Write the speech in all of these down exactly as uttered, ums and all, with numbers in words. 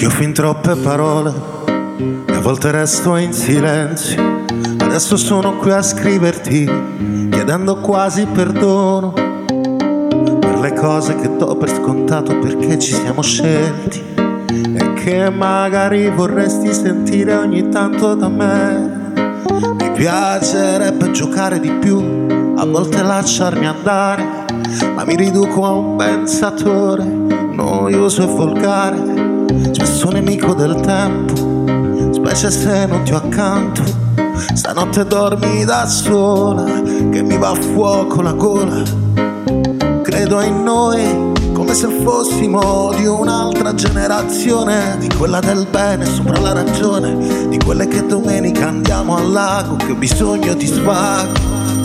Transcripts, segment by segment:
Io ho fin troppe parole e a volte resto in silenzio. Adesso sono qui a scriverti, chiedendo quasi perdono per le cose che do per scontato perché ci siamo scelti e che magari vorresti sentire ogni tanto da me. Mi piacerebbe giocare di più, a volte lasciarmi andare, ma mi riduco a un pensatore noioso e volgare. Spesso nemico del tempo, specie se non ti ho accanto. Stanotte dormi da sola, che mi va a fuoco la gola. Credo in noi come se fossimo di un'altra generazione, di quella del bene sopra la ragione, di quelle che domenica andiamo al lago, che ho bisogno di svago.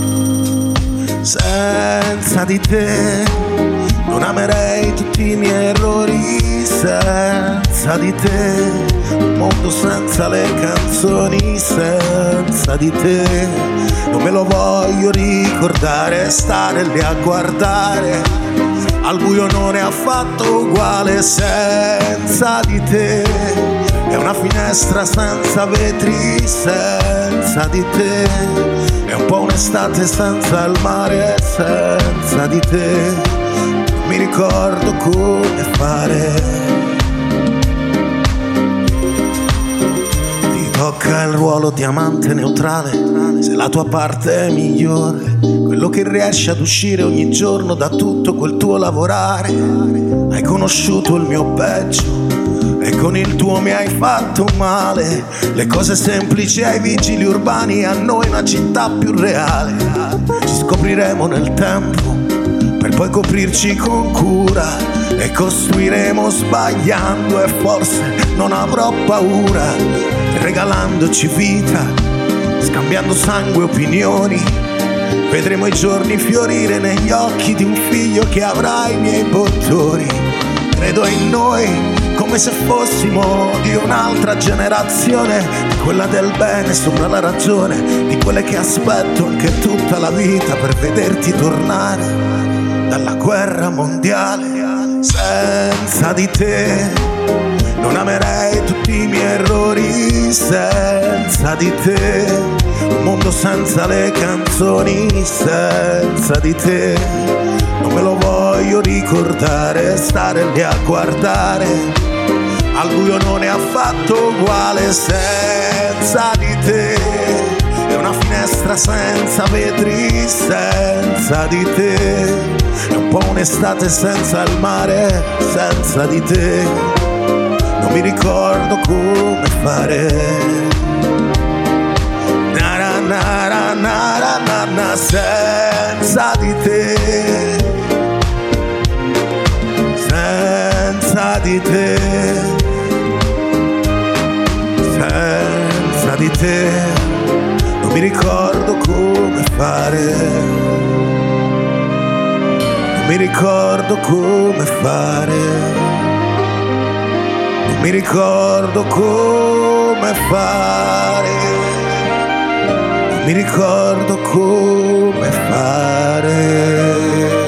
Senza di te non amerei tutti i miei errori, senza di te un mondo senza le canzoni, senza di te non me lo voglio ricordare, stare lì a guardare, al buio non è affatto uguale, senza di te è una finestra senza vetri, senza di te è un po' un'estate senza il mare, senza di te non mi ricordo come fare. Tocca il ruolo di amante neutrale, sei la tua parte migliore, quello che riesce ad uscire ogni giorno da tutto quel tuo lavorare. Hai conosciuto il mio peggio e con il tuo mi hai fatto male, le cose semplici ai vigili urbani, a noi una città più reale. Ci scopriremo nel tempo per poi coprirci con cura e costruiremo sbagliando e forse non avrò paura, regalandoci vita, scambiando sangue e opinioni. Vedremo i giorni fiorire negli occhi di un figlio che avrà i miei bottoni. Credo in noi come se fossimo di un'altra generazione, di quella del bene sopra la ragione, di quelle che aspetto anche tutta la vita per vederti tornare dalla guerra mondiale. Senza di te non amerei tutti i miei errori, senza di te un mondo senza le canzoni, senza di te non me lo voglio ricordare, stare lì a guardare, al buio non è affatto uguale, senza di te è una finestra senza vetri, senza di te è un po' un'estate senza il mare, senza di te non mi ricordo come fare. Na na na na na na na, senza di te, senza di te, senza di te non mi ricordo come fare, non mi ricordo come fare. Mi ricordo come fare, mi ricordo come fare.